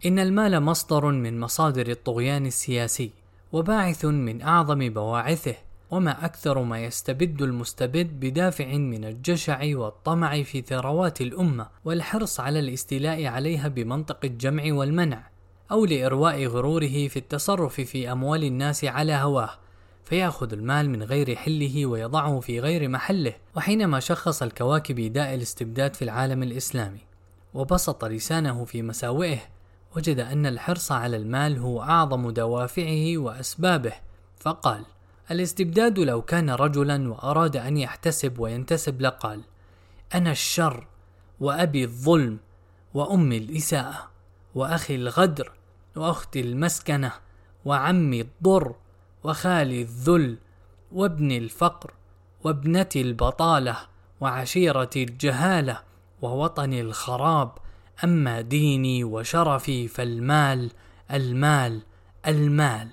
إن المال مصدر من مصادر الطغيان السياسي، وباعث من أعظم بواعثه، وما أكثر ما يستبد المستبد بدافع من الجشع والطمع في ثروات الأمة والحرص على الاستيلاء عليها بمنطق الجمع والمنع، أو لإرواء غروره في التصرف في أموال الناس على هواه، فيأخذ المال من غير حله ويضعه في غير محله. وحينما شخص الكواكبي داء الاستبداد في العالم الإسلامي وبسط لسانه في مساوئه، وجد أن الحرص على المال هو أعظم دوافعه وأسبابه، فقال: الاستبداد لو كان رجلا وأراد أن يحتسب وينتسب لقال: أنا الشر، وأبي الظلم، وأمي الإساءة، وأخي الغدر، وأختي المسكنة، وعمي الضر، وخالي الذل، وابني الفقر، وابنتي البطالة، وعشيرتي الجهالة، ووطني الخراب. أما ديني وشرفي فالمال، المال، المال.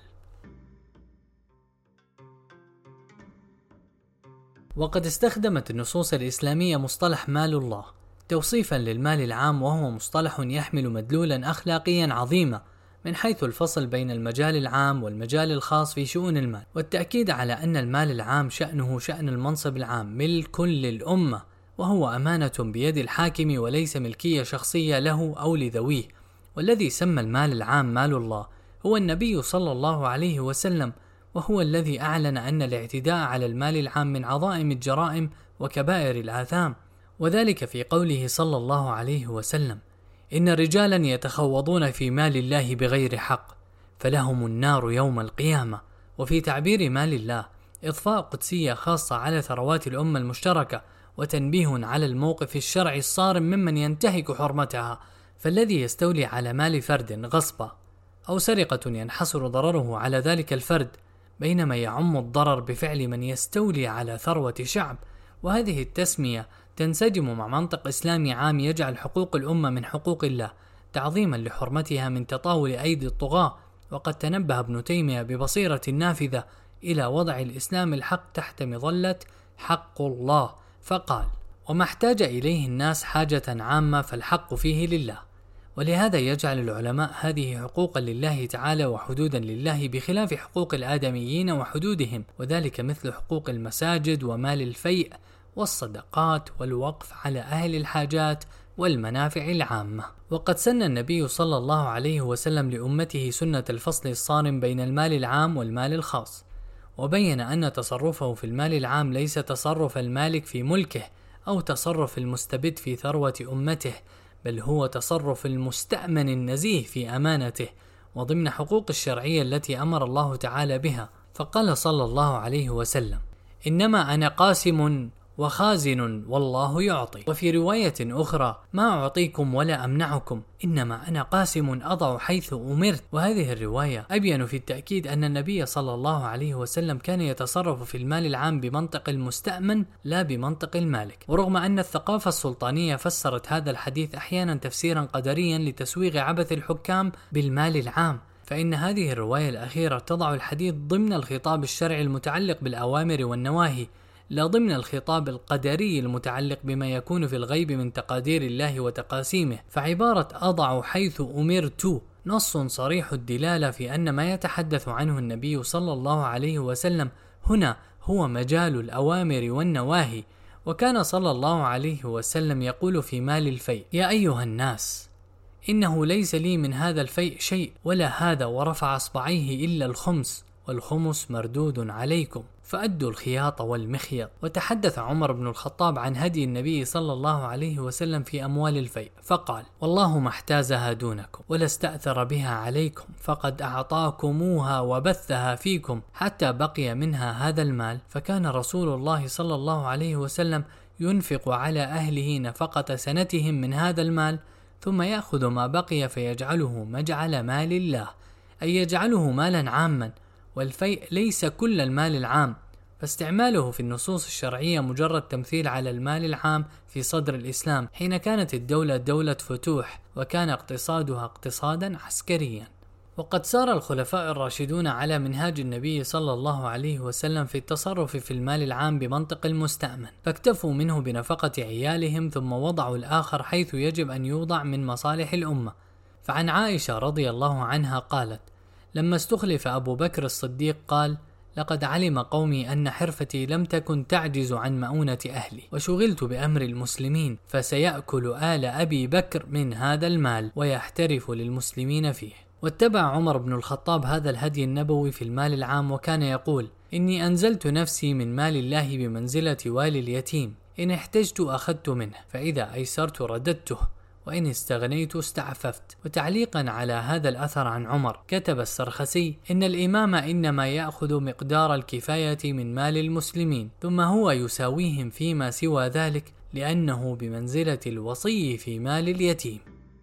وقد استخدمت النصوص الإسلامية مصطلح مال الله توصيفا للمال العام، وهو مصطلح يحمل مدلولا أخلاقيا عظيما من حيث الفصل بين المجال العام والمجال الخاص في شؤون المال، والتأكيد على أن المال العام شأنه شأن المنصب العام، ملك للأمة، وهو أمانة بيد الحاكم وليس ملكية شخصية له أو لذويه. والذي سمى المال العام مال الله هو النبي صلى الله عليه وسلم، وهو الذي أعلن أن الاعتداء على المال العام من عظائم الجرائم وكبائر الآثام، وذلك في قوله صلى الله عليه وسلم: إن رجالا يتخوضون في مال الله بغير حق فلهم النار يوم القيامة. وفي تعبير مال الله إضفاء قدسية خاصة على ثروات الأمة المشتركة، وتنبيه على الموقف الشرعي الصارم ممن ينتهك حرمتها. فالذي يستولي على مال فرد غصبا أو سرقة ينحصر ضرره على ذلك الفرد، بينما يعم الضرر بفعل من يستولي على ثروة شعب. وهذه التسمية تنسجم مع منطق إسلامي عام يجعل حقوق الأمة من حقوق الله، تعظيما لحرمتها من تطاول أيدي الطغاة. وقد تنبه ابن تيمية ببصيرة نافذة إلى وضع الإسلام الحق تحت مظلة حق الله، فقال: وما احتاج إليه الناس حاجة عامة فالحق فيه لله. ولهذا يجعل العلماء هذه حقوقا لله تعالى وحدودا لله، بخلاف حقوق الآدميين وحدودهم، وذلك مثل حقوق المساجد ومال الفيء والصدقات والوقف على أهل الحاجات والمنافع العامة. وقد سن النبي صلى الله عليه وسلم لأمته سنة الفصل الصارم بين المال العام والمال الخاص، وبين أن تصرفه في المال العام ليس تصرف المالك في ملكه أو تصرف المستبد في ثروة أمته، بل هو تصرف المستأمن النزيه في أمانته، وضمن حقوق الشرعية التي أمر الله تعالى بها. فقال صلى الله عليه وسلم: إنما أنا قاسم وخازن والله يعطي. وفي رواية أخرى: ما أعطيكم ولا أمنعكم، إنما أنا قاسم أضع حيث أمرت. وهذه الرواية أبين في التأكيد أن النبي صلى الله عليه وسلم كان يتصرف في المال العام بمنطق المستأمن لا بمنطق المالك. ورغم أن الثقافة السلطانية فسرت هذا الحديث أحيانا تفسيرا قدريا لتسويغ عبث الحكام بالمال العام، فإن هذه الرواية الأخيرة تضع الحديث ضمن الخطاب الشرعي المتعلق بالأوامر والنواهي، لا ضمن الخطاب القدري المتعلق بما يكون في الغيب من تقادير الله وتقاسيمه. فعبارة أضع حيث أمرت نص صريح الدلالة في أن ما يتحدث عنه النبي صلى الله عليه وسلم هنا هو مجال الأوامر والنواهي. وكان صلى الله عليه وسلم يقول في مال الفيء: يا أيها الناس، إنه ليس لي من هذا الفيء شيء ولا هذا، ورفع أصبعيه إلا الخمس، والخمس مردود عليكم فأدوا الخياط والمخيط. وتحدث عمر بن الخطاب عن هدي النبي صلى الله عليه وسلم في أموال الفيء، فقال: والله ما احتازها دونكم ولا استأثر بها عليكم، فقد أعطاكموها وبثها فيكم حتى بقي منها هذا المال. فكان رسول الله صلى الله عليه وسلم ينفق على أهله نفقة سنتهم من هذا المال، ثم يأخذ ما بقي فيجعله مجعل مال الله، أي يجعله مالا عاما. والفيء ليس كل المال العام، فاستعماله في النصوص الشرعية مجرد تمثيل على المال العام في صدر الإسلام، حين كانت الدولة دولة فتوح وكان اقتصادها اقتصادا عسكريا. وقد سار الخلفاء الراشدون على منهاج النبي صلى الله عليه وسلم في التصرف في المال العام بمنطق المستأمن، فاكتفوا منه بنفقة عيالهم، ثم وضعوا الآخر حيث يجب أن يوضع من مصالح الأمة، فعن عائشة رضي الله عنها قالت: لما استخلف أبو بكر الصديق قال: لقد علم قومي أن حرفتي لم تكن تعجز عن مؤونة أهلي، وشغلت بأمر المسلمين، فسيأكل آل أبي بكر من هذا المال ويحترف للمسلمين فيه. واتبع عمر بن الخطاب هذا الهدي النبوي في المال العام، وكان يقول: إني أنزلت نفسي من مال الله بمنزلة والي اليتيم، إن احتجت أخذت منه، فإذا أيسرت رددته، وإن استغنيت استعففت. وتعليقا على هذا الأثر عن عمر كتب السرخسي: إن الإمام إنما يأخذ مقدار الكفاية من مال المسلمين، ثم هو يساويهم فيما سوى ذلك، لأنه بمنزلة الوصي في مال اليتيم.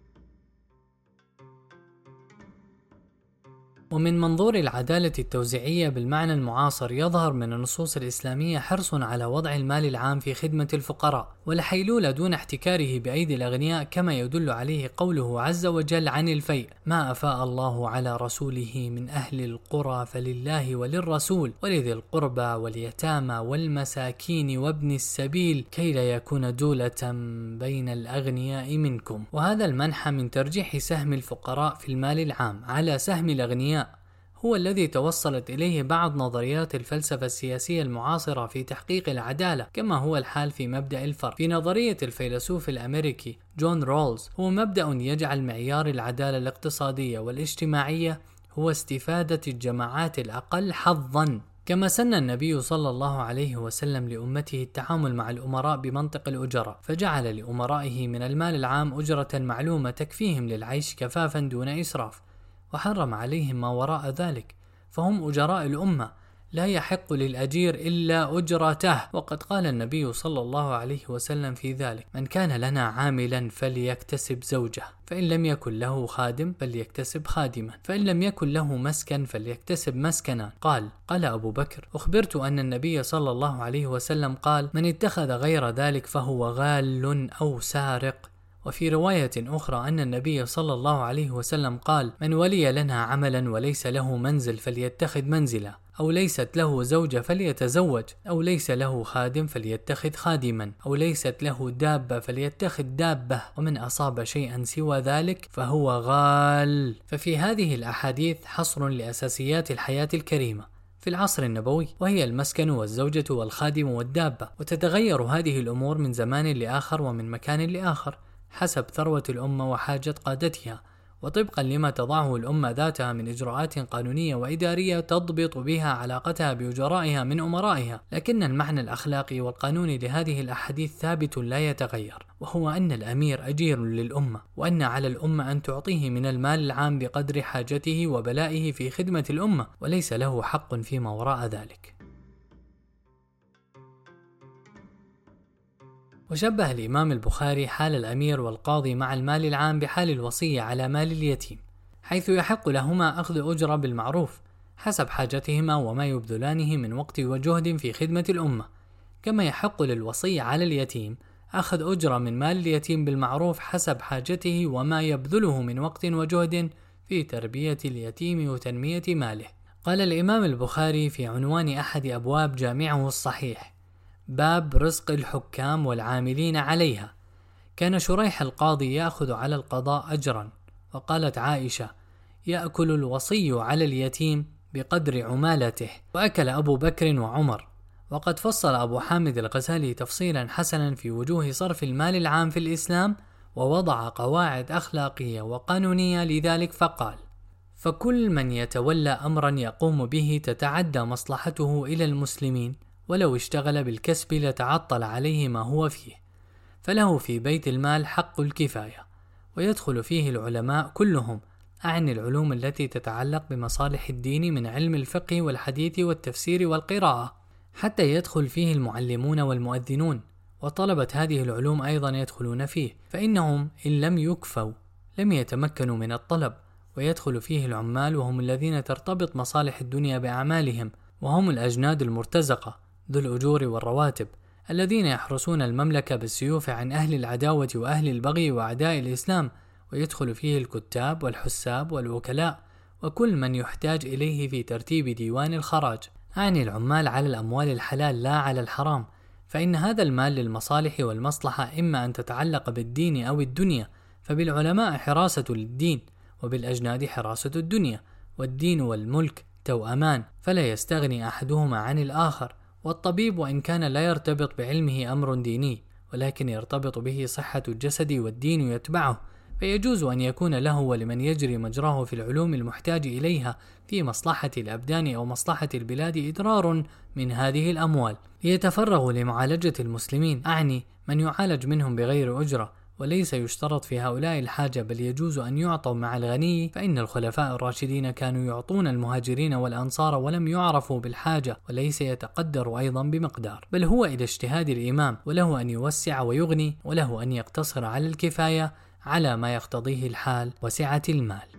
ومن منظور العدالة التوزيعية بالمعنى المعاصر، يظهر من النصوص الإسلامية حرص على وضع المال العام في خدمة الفقراء والحيلولة دون احتكاره بأيدي الأغنياء، كما يدل عليه قوله عز وجل عن الفيء: ما أفاء الله على رسوله من أهل القرى فلله وللرسول ولذي القربى واليتامى والمساكين وابن السبيل كي لا يكون دولة بين الأغنياء منكم. وهذا المنح من ترجيح سهم الفقراء في المال العام على سهم الأغنياء هو الذي توصلت إليه بعض نظريات الفلسفة السياسية المعاصرة في تحقيق العدالة، كما هو الحال في مبدأ الفرق. في نظرية الفيلسوف الأمريكي جون رولز، هو مبدأ يجعل معيار العدالة الاقتصادية والاجتماعية هو استفادة الجماعات الأقل حظا. كما سن النبي صلى الله عليه وسلم لأمته التعامل مع الأمراء بمنطق الأجراء، فجعل لأمرائه من المال العام أجرة معلومة تكفيهم للعيش كفافا دون إسراف، وحرم عليهم ما وراء ذلك، فهم أجراء الأمة، لا يحق للأجير إلا أجرته. وقد قال النبي صلى الله عليه وسلم في ذلك: من كان لنا عاملا فليكتسب زوجه، فإن لم يكن له خادم فليكتسب خادما، فإن لم يكن له مسكن فليكتسب مسكنا. قال أبو بكر: أخبرت أن النبي صلى الله عليه وسلم قال: من اتخذ غير ذلك فهو غال أو سارق. وفي رواية أخرى أن النبي صلى الله عليه وسلم قال: من ولي لنا عملا وليس له منزل فليتخذ منزلا، أو ليست له زوجة فليتزوج، أو ليس له خادم فليتخذ خادما، أو ليست له دابة فليتخذ دابة، ومن أصاب شيئا سوى ذلك فهو غال. ففي هذه الأحاديث حصر لأساسيات الحياة الكريمة في العصر النبوي، وهي المسكن والزوجة والخادم والدابة، وتتغير هذه الأمور من زمان لآخر ومن مكان لآخر حسب ثروة الأمة وحاجة قادتها، وطبقا لما تضعه الأمة ذاتها من إجراءات قانونية وإدارية تضبط بها علاقتها بأجرائها من أمرائها. لكن المعنى الأخلاقي والقانوني لهذه الأحاديث ثابت لا يتغير، وهو أن الأمير أجير للأمة، وأن على الأمة أن تعطيه من المال العام بقدر حاجته وبلائه في خدمة الأمة، وليس له حق فيما وراء ذلك. وشبه الإمام البخاري حال الأمير والقاضي مع المال العام بحال الوصي على مال اليتيم، حيث يحق لهما أخذ أجرة بالمعروف حسب حاجتهما وما يبذلانه من وقت وجهد في خدمة الأمة، كما يحق للوصي على اليتيم أخذ أجرة من مال اليتيم بالمعروف حسب حاجته وما يبذله من وقت وجهد في تربية اليتيم وتنمية ماله. قال الإمام البخاري في عنوان أحد أبواب جامعه الصحيح: باب رزق الحكام والعاملين عليها: كان شريح القاضي يأخذ على القضاء أجرا. وقالت عائشة: يأكل الوصي على اليتيم بقدر عمالته. وأكل أبو بكر وعمر. وقد فصل أبو حامد الغزالي تفصيلا حسنا في وجوه صرف المال العام في الإسلام، ووضع قواعد أخلاقية وقانونية لذلك، فقال: فكل من يتولى أمرا يقوم به تتعدى مصلحته إلى المسلمين، ولو اشتغل بالكسب لتعطل عليه ما هو فيه، فله في بيت المال حق الكفاية، ويدخل فيه العلماء كلهم، أعني العلوم التي تتعلق بمصالح الدين من علم الفقه والحديث والتفسير والقراءة، حتى يدخل فيه المعلمون والمؤذنون، وطلبة هذه العلوم أيضا يدخلون فيه، فإنهم إن لم يكفوا لم يتمكنوا من الطلب. ويدخل فيه العمال، وهم الذين ترتبط مصالح الدنيا بأعمالهم، وهم الأجناد المرتزقة ذو الأجور والرواتب، الذين يحرسون المملكة بالسيوف عن أهل العداوة وأهل البغي وأعداء الإسلام. ويدخل فيه الكتاب والحساب والوكلاء، وكل من يحتاج إليه في ترتيب ديوان الخراج، أعني العمال على الأموال الحلال لا على الحرام، فإن هذا المال للمصالح والمصلحة إما أن تتعلق بالدين أو الدنيا، فبالعلماء حراسة للدين، وبالأجناد حراسة الدنيا، والدين والملك توأمان فلا يستغني أحدهما عن الآخر. والطبيب وإن كان لا يرتبط بعلمه أمر ديني، ولكن يرتبط به صحة الجسد والدين يتبعه، فيجوز أن يكون له ولمن يجري مجراه في العلوم المحتاج إليها في مصلحة الأبدان أو مصلحة البلاد إضرار من هذه الأموال، ليتفرغوا لمعالجة المسلمين، أعني من يعالج منهم بغير أجرة. وليس يشترط في هؤلاء الحاجة، بل يجوز أن يعطوا مع الغني، فإن الخلفاء الراشدين كانوا يعطون المهاجرين والأنصار ولم يعرفوا بالحاجة، وليس يتقدر أيضا بمقدار، بل هو إلى اجتهاد الإمام، وله أن يوسع ويغني، وله أن يقتصر على الكفاية على ما يقتضيه الحال وسعة المال.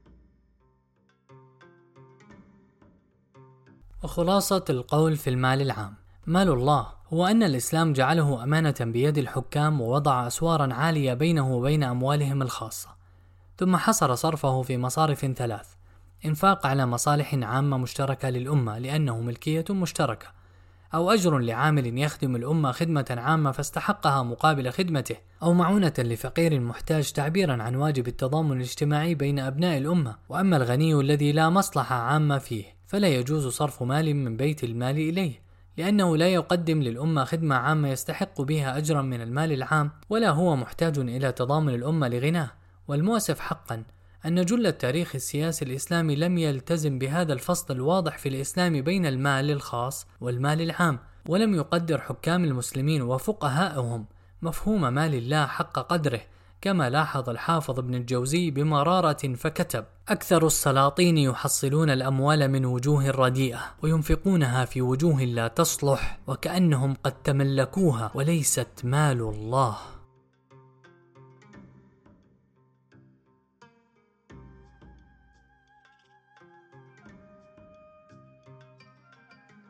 وخلاصة القول في المال العام: مال الله هو أن الإسلام جعله أمانة بيد الحكام، ووضع أسوارا عالية بينه وبين أموالهم الخاصة، ثم حصر صرفه في مصارف ثلاث: إنفاق على مصالح عامة مشتركة للأمة لأنه ملكية مشتركة، أو أجر لعامل يخدم الأمة خدمة عامة فاستحقها مقابل خدمته، أو معونة لفقير محتاج تعبيرا عن واجب التضامن الاجتماعي بين أبناء الأمة. وأما الغني الذي لا مصلحة عامة فيه فلا يجوز صرف مال من بيت المال إليه، لأنه لا يقدم للأمة خدمة عامة يستحق بها أجرا من المال العام، ولا هو محتاج إلى تضامن الأمة لغناه. والمؤسف حقا أن جل التاريخ السياسي الإسلامي لم يلتزم بهذا الفصل الواضح في الإسلام بين المال الخاص والمال العام، ولم يقدر حكام المسلمين وفقهاءهم مفهوم مال الله حق قدره، كما لاحظ الحافظ ابن الجوزي بمرارة فكتب: أكثر السلاطين يحصلون الأموال من وجوه رديئة وينفقونها في وجوه لا تصلح، وكأنهم قد تملكوها وليست مال الله.